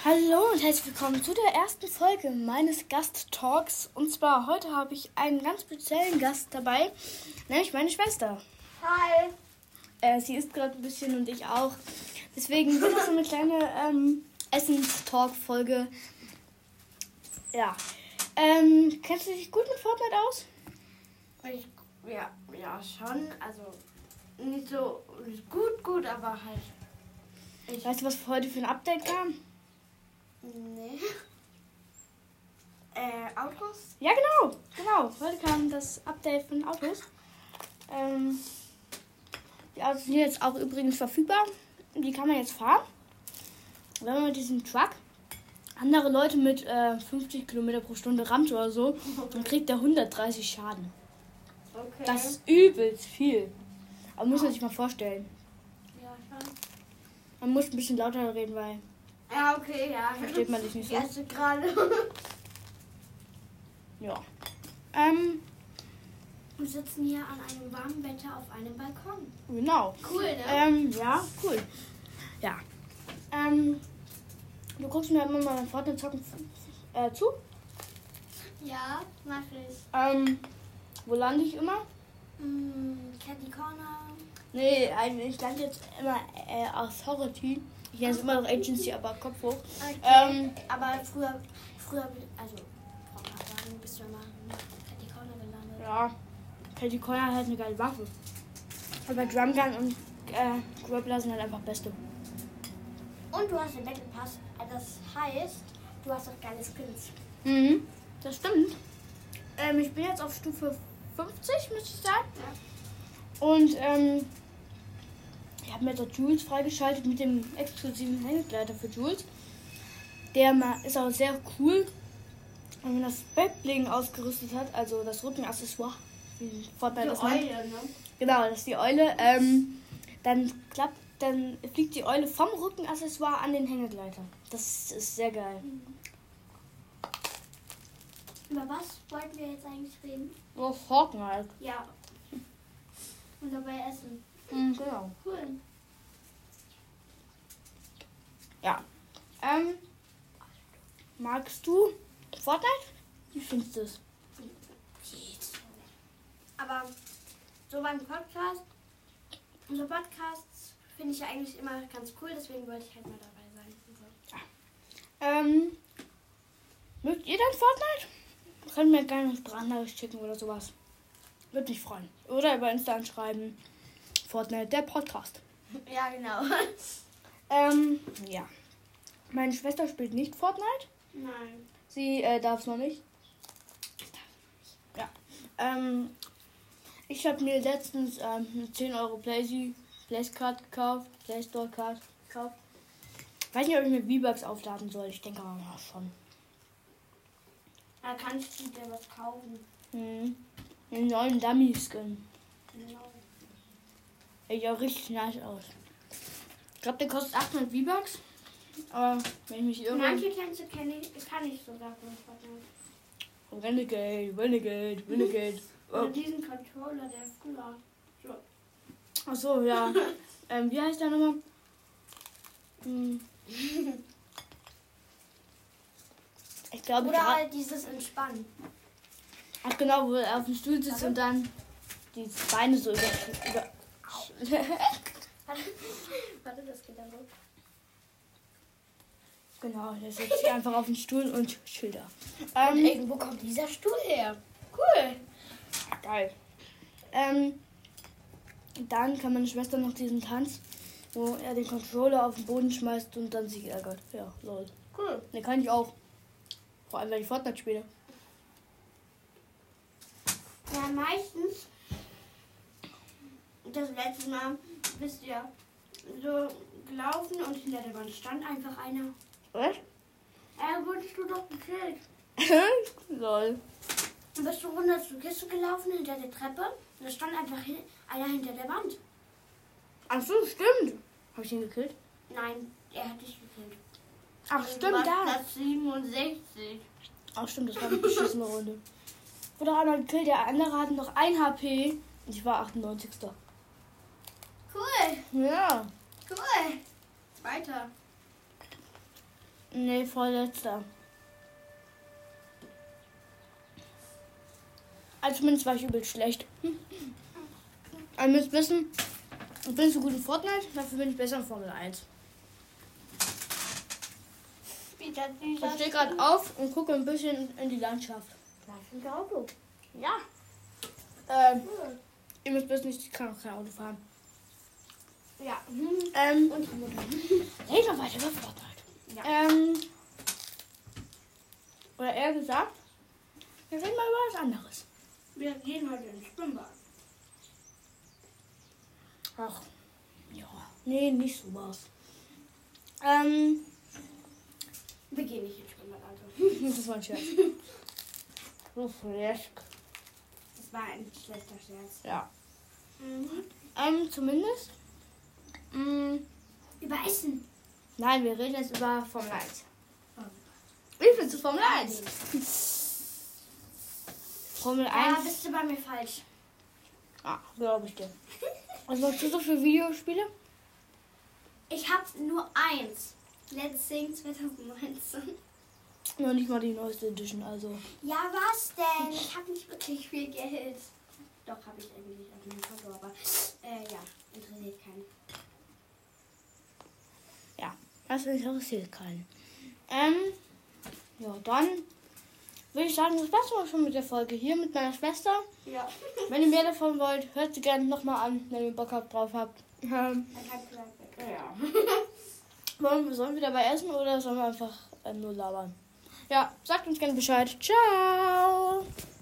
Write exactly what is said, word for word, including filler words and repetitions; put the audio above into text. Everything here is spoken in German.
Hallo und herzlich willkommen zu der ersten Folge meines Gast-Talks. Und zwar heute habe ich einen ganz speziellen Gast dabei, nämlich meine Schwester. Hi. Äh, sie isst gerade ein bisschen und ich auch. Deswegen wird das so eine kleine ähm, Essens-Talk-Folge. Ja. Ähm, kennst du dich gut mit Fortnite aus? Ich, ja, ja, schon. Also nicht so gut, gut, aber halt. Ich Weißt du, was heute für ein Update kam? Nee. Äh, Autos? Ja, genau. Genau. Heute kam das Update von Autos. Ähm, die Autos sind jetzt auch übrigens verfügbar. Die kann man jetzt fahren. Wenn man mit diesem Truck andere Leute mit äh, fünfzig Kilometer pro Stunde rammt oder so, dann kriegt der hundertdreißig Schaden. Okay. Das ist übelst viel. Aber muss man sich mal vorstellen. Ja, schon. Man muss ein bisschen lauter reden, weil Ja, okay, ja. versteht man dich nicht so. Ich esse gerade. Ja. Ähm, Wir sitzen hier an einem warmen Wetter auf einem Balkon. genau. Cool, ne? Ähm, ja, cool. Ja. Ähm, du guckst mir immer mal beim Fortnite zocken äh, zu. Ja, mach ich. Ähm, wo lande ich immer? Mm, Candy Corner. Nee, eigentlich, ich lande jetzt immer äh, Authority. Ich nenne es immer noch Agency, aber Kopf hoch. Okay. Ähm, aber früher, früher, also vor ein paar Tagen bist du immer in Candy Corner gelandet. ja, Candy Corner hat halt eine geile Waffe. Aber Drum Gun und äh, Grappler sind halt einfach beste. Und du hast den Battle Pass. Das heißt, du hast auch geile Skins. Mhm, das stimmt. Ähm, ich bin jetzt auf Stufe fünfzig, müsste ich sagen. Ja. Und ähm, ich habe mir jetzt auch Jules freigeschaltet mit dem exklusiven Hängegleiter für Jules. Der mal ist auch sehr cool. Und wenn das Backbling ausgerüstet hat, also das Rückenaccessoire, wie Fortnite das nennt. ne? Genau, das ist die Eule. Ähm, dann klappt, dann fliegt die Eule vom Rückenaccessoire an den Hängegleiter. Das ist sehr geil. Über was wollten wir jetzt eigentlich reden? Oh, Fortnite. Ja. Und dabei essen. Mhm, genau. Cool. Ja. Ähm, magst du Fortnite? Wie findest du es? Aber so beim Podcast, unser Podcasts finde ich ja eigentlich immer ganz cool, deswegen wollte ich halt mal dabei sein. Und so. Ähm, mögt ihr denn Fortnite? Könnt mir gerne eine Sprachnachricht schicken oder sowas. Würde mich freuen. Oder über Insta anschreiben. Fortnite, der Podcast. Ja, genau. Ähm, ja. Meine Schwester spielt nicht Fortnite. Nein. Sie äh, darf es noch nicht. Ja. Ähm, ich habe mir letztens ähm, eine zehn Euro Playsy, Playscard gekauft. Playstore Card gekauft. Weiß nicht, ob ich mir V-Bucks aufladen soll. Ich denke aber ja, schon. Da kannst du dir was kaufen. Mhm. Den neuen Dummy-Skin. Genau. Sieht auch richtig nice aus. Ich glaube, der kostet achthundert V-Bucks. Aber wenn ich mich irgendwann... Manche Tänze kenne ich, kann ich sogar von Fortnite. Renegade, Renegade, Renegade. Oder Oh. diesen Controller, der früher. So. Ach so, ja. ähm, wie heißt der nochmal? Hm. Ich glaube, Oder gra- halt dieses Entspannen. ach genau, wo er auf dem Stuhl sitzt Warte. und dann die Beine so über... über Warte, warte, das geht dann so. genau, der sitzt einfach auf dem Stuhl und Schilder. Und Ähm, ey, wo kommt dieser Stuhl her? Cool. geil. Ähm, dann kann meine Schwester noch diesen Tanz, wo er den Controller auf den Boden schmeißt und dann sich ärgert. Ja, lol. Cool. Den kann ich auch. Vor allem, wenn ich Fortnite spiele. Ja, meistens, das letzte Mal, wisst ihr, so gelaufen und hinter der Wand stand einfach einer. Was? Er wurdest du doch gekillt. Lol. Dann bist du runter zur Kiste gelaufen, hinter der Treppe. Und da stand einfach hin, einer hinter der Wand. Ach so, stimmt. Habe ich ihn gekillt? Nein, er hat dich gekillt. Ach, Du stimmt, warst da. Platz siebenundsechzig. Ach, stimmt, das war eine beschissene Runde. Wurde auch einmal gekillt, der andere hatte noch ein H P und ich war achtundneunzigster Cool, Ja. cool. Weiter. Nee, vorletzter. Also zumindest war ich übel schlecht. Hm. Ihr müsst wissen, ich bin so gut in Fortnite, dafür bin ich besser in Formel eins. Ich stehe gerade auf und gucke ein bisschen in die Landschaft. Gleich ein Auto. Ja. Ähm, ihr müsst wissen, ich kann auch kein Auto fahren. Ja. Ähm, Und die Mutter. reden wir weiter über Fortnite. Ja. Ähm, oder eher gesagt, wir reden mal über was anderes. Wir gehen heute ins Schwimmbad. Ach, ja. Nee, nicht sowas. Ähm, Wir gehen nicht ins Schwimmbad, also. das war ein Scherz. So fresh. Das war ein schlechter Scherz. Ja. Mhm. Ähm, zumindest. Mm, Über Essen. nein, wir reden jetzt über Formel eins. Wie findest du Formel eins? Formel Ja, eins. bist du bei mir falsch. Ah, glaube ich dir. Was machst du so für Videospiele? Ich habe nur eins. Let's Sing zwanzig neunzehn. Noch nicht mal die neueste Edition, also. Ja, was denn? Ich habe nicht wirklich viel Geld. Doch, habe ich eigentlich auf meinem Konto, aber äh, ja, interessiert keinen. Ja, das interessiert keinen. Ähm, ja, dann würde ich sagen, das war's auch schon mit der Folge hier mit meiner Schwester. Ja. Wenn ihr mehr davon wollt, hört sie gerne nochmal an, wenn ihr Bock habt, drauf habt. Ähm, Dann kannst du das weg. ja. Wollen, sollen wir dabei essen oder sollen wir einfach äh, nur labern? Ja, sagt uns gerne Bescheid. Ciao!